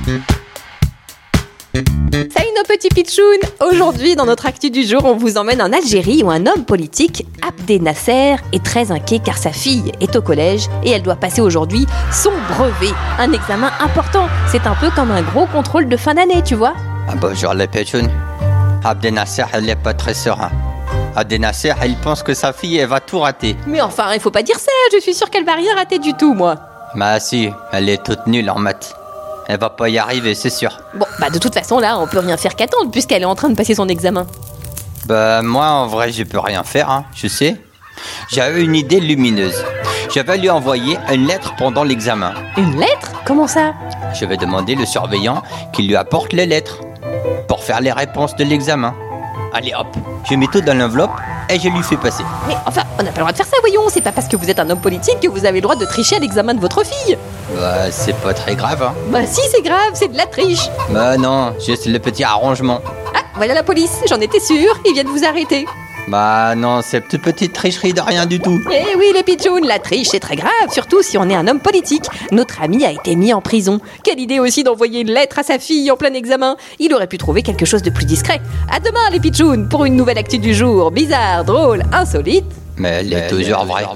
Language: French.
Salut nos petits pitchouns. Aujourd'hui, dans notre actu du jour, on vous emmène en Algérie où un homme politique, Abdel Nasser, est très inquiet car sa fille est au collège et elle doit passer aujourd'hui son brevet. Un examen important. C'est un peu comme un gros contrôle de fin d'année, tu vois. Bonjour les pitchouns. Abdel Nasser, elle n'est pas très serein. Abdel Nasser, elle pense que sa fille, elle va tout rater. Mais enfin, il faut pas dire ça. Je suis sûre qu'elle va rien rater du tout, moi. Bah si, elle est toute nulle en maths. Elle va pas y arriver, c'est sûr. Bon, de toute façon, là, on peut rien faire qu'attendre puisqu'elle est en train de passer son examen. Moi, en vrai, je peux rien faire, je sais. J'avais une idée lumineuse. Je vais lui envoyer une lettre pendant l'examen. Une lettre ? Comment ça ? Je vais demander le surveillant qu'il lui apporte les lettres pour faire les réponses de l'examen. Allez hop, je mets tout dans l'enveloppe et je lui fais passer. Mais enfin, on n'a pas le droit de faire ça, voyons. C'est pas parce que vous êtes un homme politique que vous avez le droit de tricher à l'examen de votre fille. C'est pas très grave, Si, c'est grave, c'est de la triche. Non, juste le petit arrangement. Ah, voilà la police, j'en étais sûre, ils viennent vous arrêter. Non, c'est toute petite tricherie de rien du tout. Eh oui les pitchouns, la triche c'est très grave, surtout si on est un homme politique. Notre ami a été mis en prison. Quelle idée aussi d'envoyer une lettre à sa fille en plein examen. Il aurait pu trouver quelque chose de plus discret. À demain les pitchouns pour une nouvelle actu du jour. Bizarre, drôle, insolite. Mais elle est toujours vraie.